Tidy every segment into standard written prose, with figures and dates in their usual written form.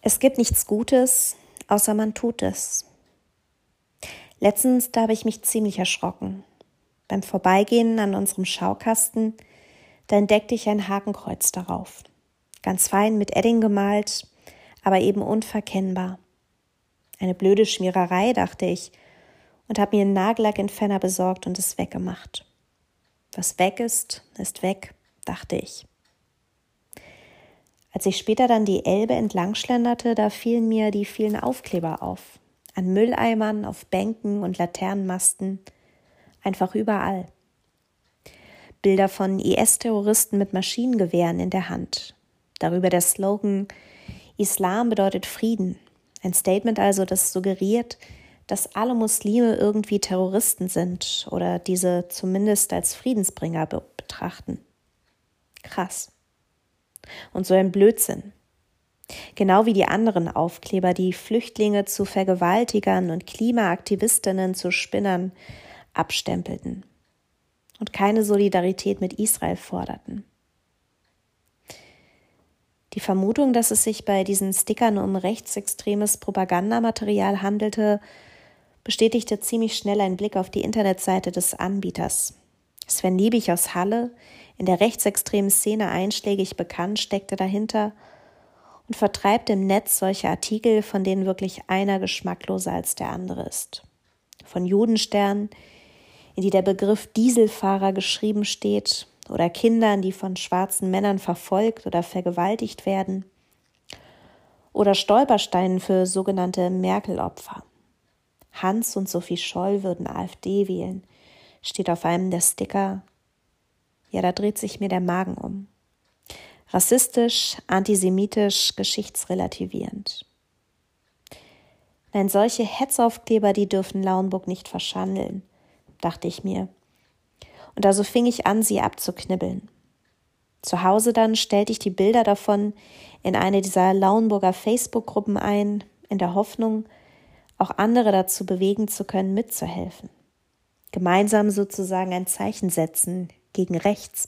Es gibt nichts Gutes, außer man tut es. Letztens, da habe ich mich ziemlich erschrocken. Beim Vorbeigehen an unserem Schaukasten, da entdeckte ich ein Hakenkreuz darauf. Ganz fein mit Edding gemalt, aber eben unverkennbar. Eine blöde Schmiererei, dachte ich, und habe mir einen Nagellackentferner besorgt und es weggemacht. Was weg ist, ist weg, dachte ich. Als ich später dann die Elbe entlang schlenderte, da fielen mir die vielen Aufkleber auf. An Mülleimern, auf Bänken und Laternenmasten. Einfach überall. Bilder von IS-Terroristen mit Maschinengewehren in der Hand. Darüber der Slogan: Islam bedeutet Frieden. Ein Statement also, das suggeriert, dass alle Muslime irgendwie Terroristen sind oder diese zumindest als Friedensbringer betrachten. Krass. Und so ein Blödsinn. Genau wie die anderen Aufkleber, die Flüchtlinge zu Vergewaltigern und Klimaaktivistinnen zu Spinnern abstempelten und keine Solidarität mit Israel forderten. Die Vermutung, dass es sich bei diesen Stickern um rechtsextremes Propagandamaterial handelte, bestätigte ziemlich schnell ein Blick auf die Internetseite des Anbieters. Sven Liebig aus Halle, in der rechtsextremen Szene einschlägig bekannt, steckte dahinter und vertreibt im Netz solche Artikel, von denen wirklich einer geschmackloser als der andere ist. Von Judensternen, in die der Begriff Dieselfahrer geschrieben steht, oder Kindern, die von schwarzen Männern verfolgt oder vergewaltigt werden, oder Stolpersteinen für sogenannte Merkel-Opfer. Hans und Sophie Scholl würden AfD wählen, steht auf einem der Sticker. Ja, da dreht sich mir der Magen um. Rassistisch, antisemitisch, geschichtsrelativierend. Nein, solche Hetzaufkleber, die dürfen Lauenburg nicht verschandeln, dachte ich mir. Und also fing ich an, sie abzuknibbeln. Zu Hause dann stellte ich die Bilder davon in eine dieser Lauenburger Facebook-Gruppen ein, in der Hoffnung, auch andere dazu bewegen zu können, mitzuhelfen. Gemeinsam sozusagen ein Zeichen setzen gegen rechts.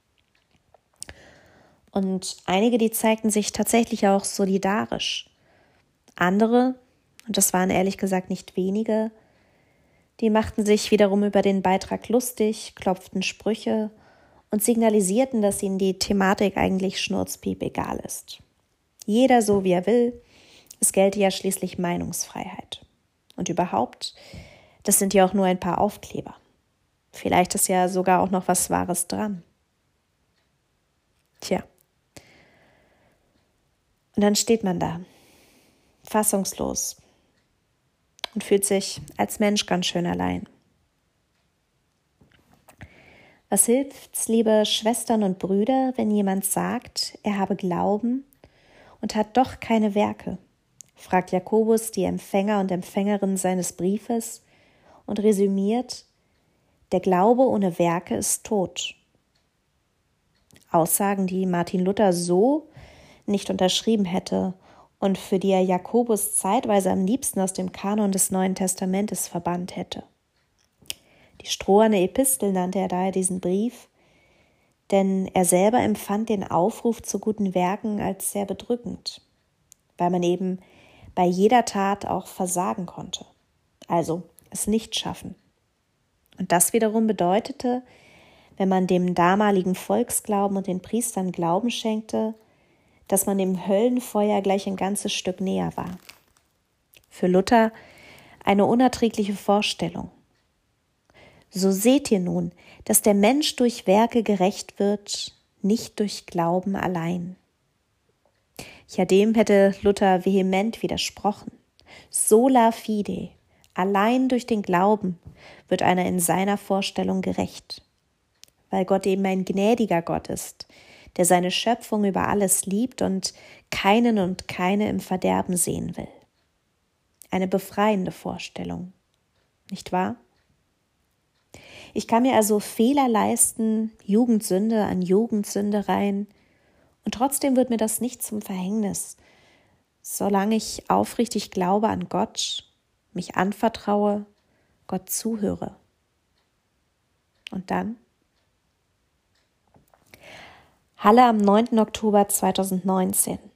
Und einige, die zeigten sich tatsächlich auch solidarisch. Andere, und das waren ehrlich gesagt nicht wenige, die machten sich wiederum über den Beitrag lustig, klopften Sprüche und signalisierten, dass ihnen die Thematik eigentlich schnurzpiep egal ist. Jeder so, wie er will, es gelte ja schließlich Meinungsfreiheit. Und überhaupt, das sind ja auch nur ein paar Aufkleber. Vielleicht ist ja sogar auch noch was Wahres dran. Tja. Und dann steht man da, fassungslos, und fühlt sich als Mensch ganz schön allein. Was hilft's, liebe Schwestern und Brüder, wenn jemand sagt, er habe Glauben und hat doch keine Werke? Fragt Jakobus die Empfänger und Empfängerin seines Briefes und resümiert: Der Glaube ohne Werke ist tot. Aussagen, die Martin Luther so nicht unterschrieben hätte und für die er Jakobus zeitweise am liebsten aus dem Kanon des Neuen Testamentes verbannt hätte. Die stroherne Epistel nannte er daher diesen Brief, denn er selber empfand den Aufruf zu guten Werken als sehr bedrückend, weil man eben bei jeder Tat auch versagen konnte, also es nicht schaffen. Und das wiederum bedeutete, wenn man dem damaligen Volksglauben und den Priestern Glauben schenkte, dass man dem Höllenfeuer gleich ein ganzes Stück näher war. Für Luther eine unerträgliche Vorstellung. So seht ihr nun, dass der Mensch durch Werke gerecht wird, nicht durch Glauben allein. Ja, dem hätte Luther vehement widersprochen. Sola fide, allein durch den Glauben wird einer in seiner Vorstellung gerecht. Weil Gott eben ein gnädiger Gott ist, der seine Schöpfung über alles liebt und keinen und keine im Verderben sehen will. Eine befreiende Vorstellung, nicht wahr? Ich kann mir also Fehler leisten, Jugendsünde an Jugendsünde rein, und trotzdem wird mir das nicht zum Verhängnis, solange ich aufrichtig glaube an Gott, mich anvertraue, Gott zuhöre. Und dann? Halle am 9. Oktober 2019.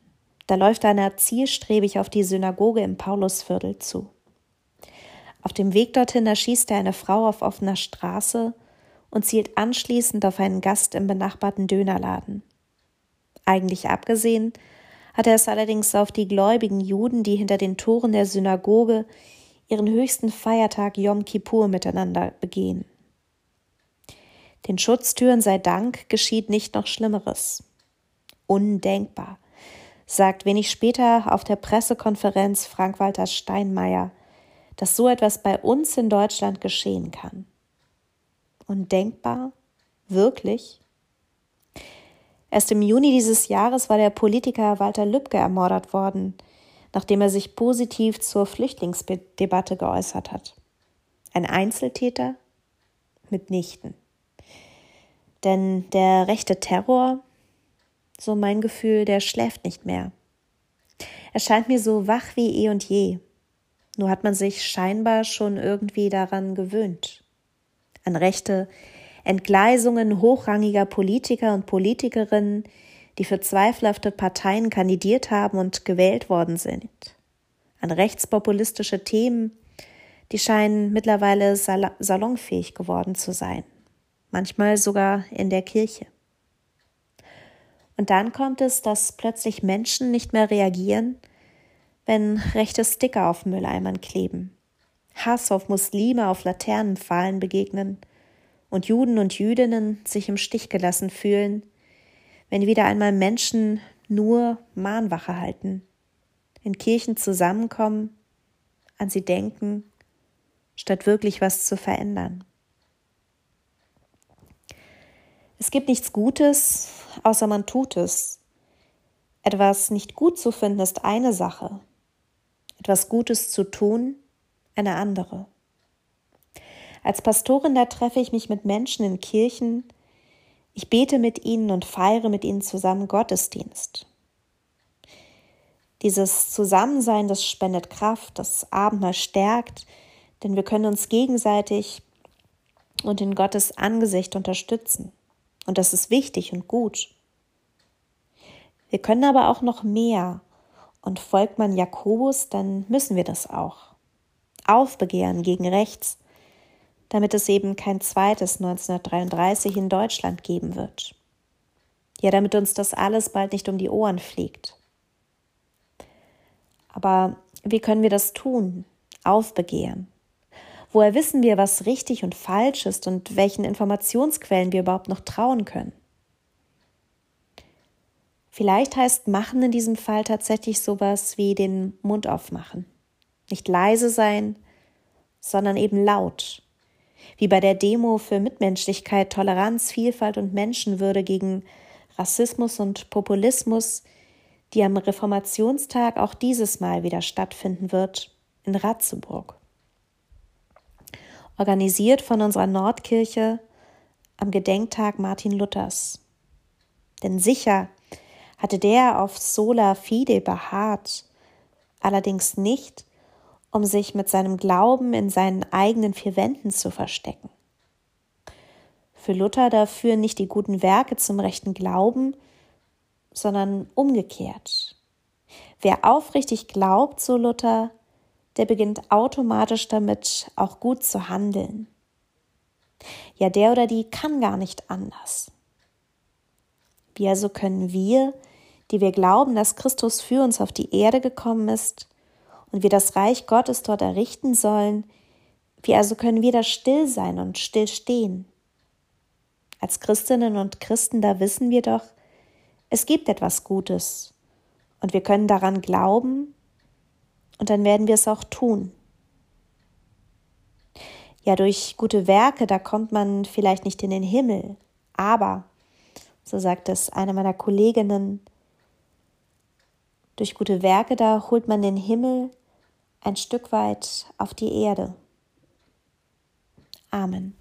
Da läuft einer zielstrebig auf die Synagoge im Paulusviertel zu. Auf dem Weg dorthin erschießt er eine Frau auf offener Straße und zielt anschließend auf einen Gast im benachbarten Dönerladen. Eigentlich abgesehen hat er es allerdings auf die gläubigen Juden, die hinter den Toren der Synagoge ihren höchsten Feiertag Jom Kippur miteinander begehen. Den Schutztüren sei Dank geschieht nicht noch Schlimmeres. Undenkbar, sagt wenig später auf der Pressekonferenz Frank-Walter Steinmeier, dass so etwas bei uns in Deutschland geschehen kann. Undenkbar? Wirklich? Erst im Juni dieses Jahres war der Politiker Walter Lübcke ermordet worden, nachdem er sich positiv zur Flüchtlingsdebatte geäußert hat. Ein Einzeltäter? Mitnichten. Denn der rechte Terror, so mein Gefühl, der schläft nicht mehr. Er scheint mir so wach wie eh und je. Nur hat man sich scheinbar schon irgendwie daran gewöhnt. An rechte Entgleisungen hochrangiger Politiker und Politikerinnen, die für zweifelhafte Parteien kandidiert haben und gewählt worden sind. An rechtspopulistische Themen, die scheinen mittlerweile salonfähig geworden zu sein. Manchmal sogar in der Kirche. Und dann kommt es, dass plötzlich Menschen nicht mehr reagieren, wenn rechte Sticker auf Mülleimern kleben, Hass auf Muslime auf Laternenpfahlen begegnen und Juden und Jüdinnen sich im Stich gelassen fühlen, wenn wieder einmal Menschen nur Mahnwache halten, in Kirchen zusammenkommen, an sie denken, statt wirklich was zu verändern. Es gibt nichts Gutes, außer man tut es. Etwas nicht gut zu finden ist eine Sache, etwas Gutes zu tun eine andere. Als Pastorin, da treffe ich mich mit Menschen in Kirchen, ich bete mit ihnen und feiere mit ihnen zusammen Gottesdienst. Dieses Zusammensein, das spendet Kraft, das Abendmahl stärkt, denn wir können uns gegenseitig und in Gottes Angesicht unterstützen. Und das ist wichtig und gut. Wir können aber auch noch mehr. Und folgt man Jakobus, dann müssen wir das auch. Aufbegehren gegen rechts, damit es eben kein zweites 1933 in Deutschland geben wird. Ja, damit uns das alles bald nicht um die Ohren fliegt. Aber wie können wir das tun? Aufbegehren. Woher wissen wir, was richtig und falsch ist und welchen Informationsquellen wir überhaupt noch trauen können? Vielleicht heißt machen in diesem Fall tatsächlich sowas wie den Mund aufmachen. Nicht leise sein, sondern eben laut. Wie bei der Demo für Mitmenschlichkeit, Toleranz, Vielfalt und Menschenwürde gegen Rassismus und Populismus, die am Reformationstag auch dieses Mal wieder stattfinden wird, in Ratzeburg. Organisiert von unserer Nordkirche am Gedenktag Martin Luthers. Denn sicher hatte der auf sola fide beharrt, allerdings nicht, um sich mit seinem Glauben in seinen eigenen vier Wänden zu verstecken. Für Luther da führen nicht die guten Werke zum rechten Glauben, sondern umgekehrt. Wer aufrichtig glaubt, so Luther, der beginnt automatisch damit, auch gut zu handeln. Ja, der oder die kann gar nicht anders. Wie also können wir, die wir glauben, dass Christus für uns auf die Erde gekommen ist und wir das Reich Gottes dort errichten sollen, wie also können wir da still sein und still stehen? Als Christinnen und Christen, da wissen wir doch, es gibt etwas Gutes und wir können daran glauben und dann werden wir es auch tun. Ja, durch gute Werke, da kommt man vielleicht nicht in den Himmel, aber, so sagt es eine meiner Kolleginnen, durch gute Werke, da holt man den Himmel ein Stück weit auf die Erde. Amen.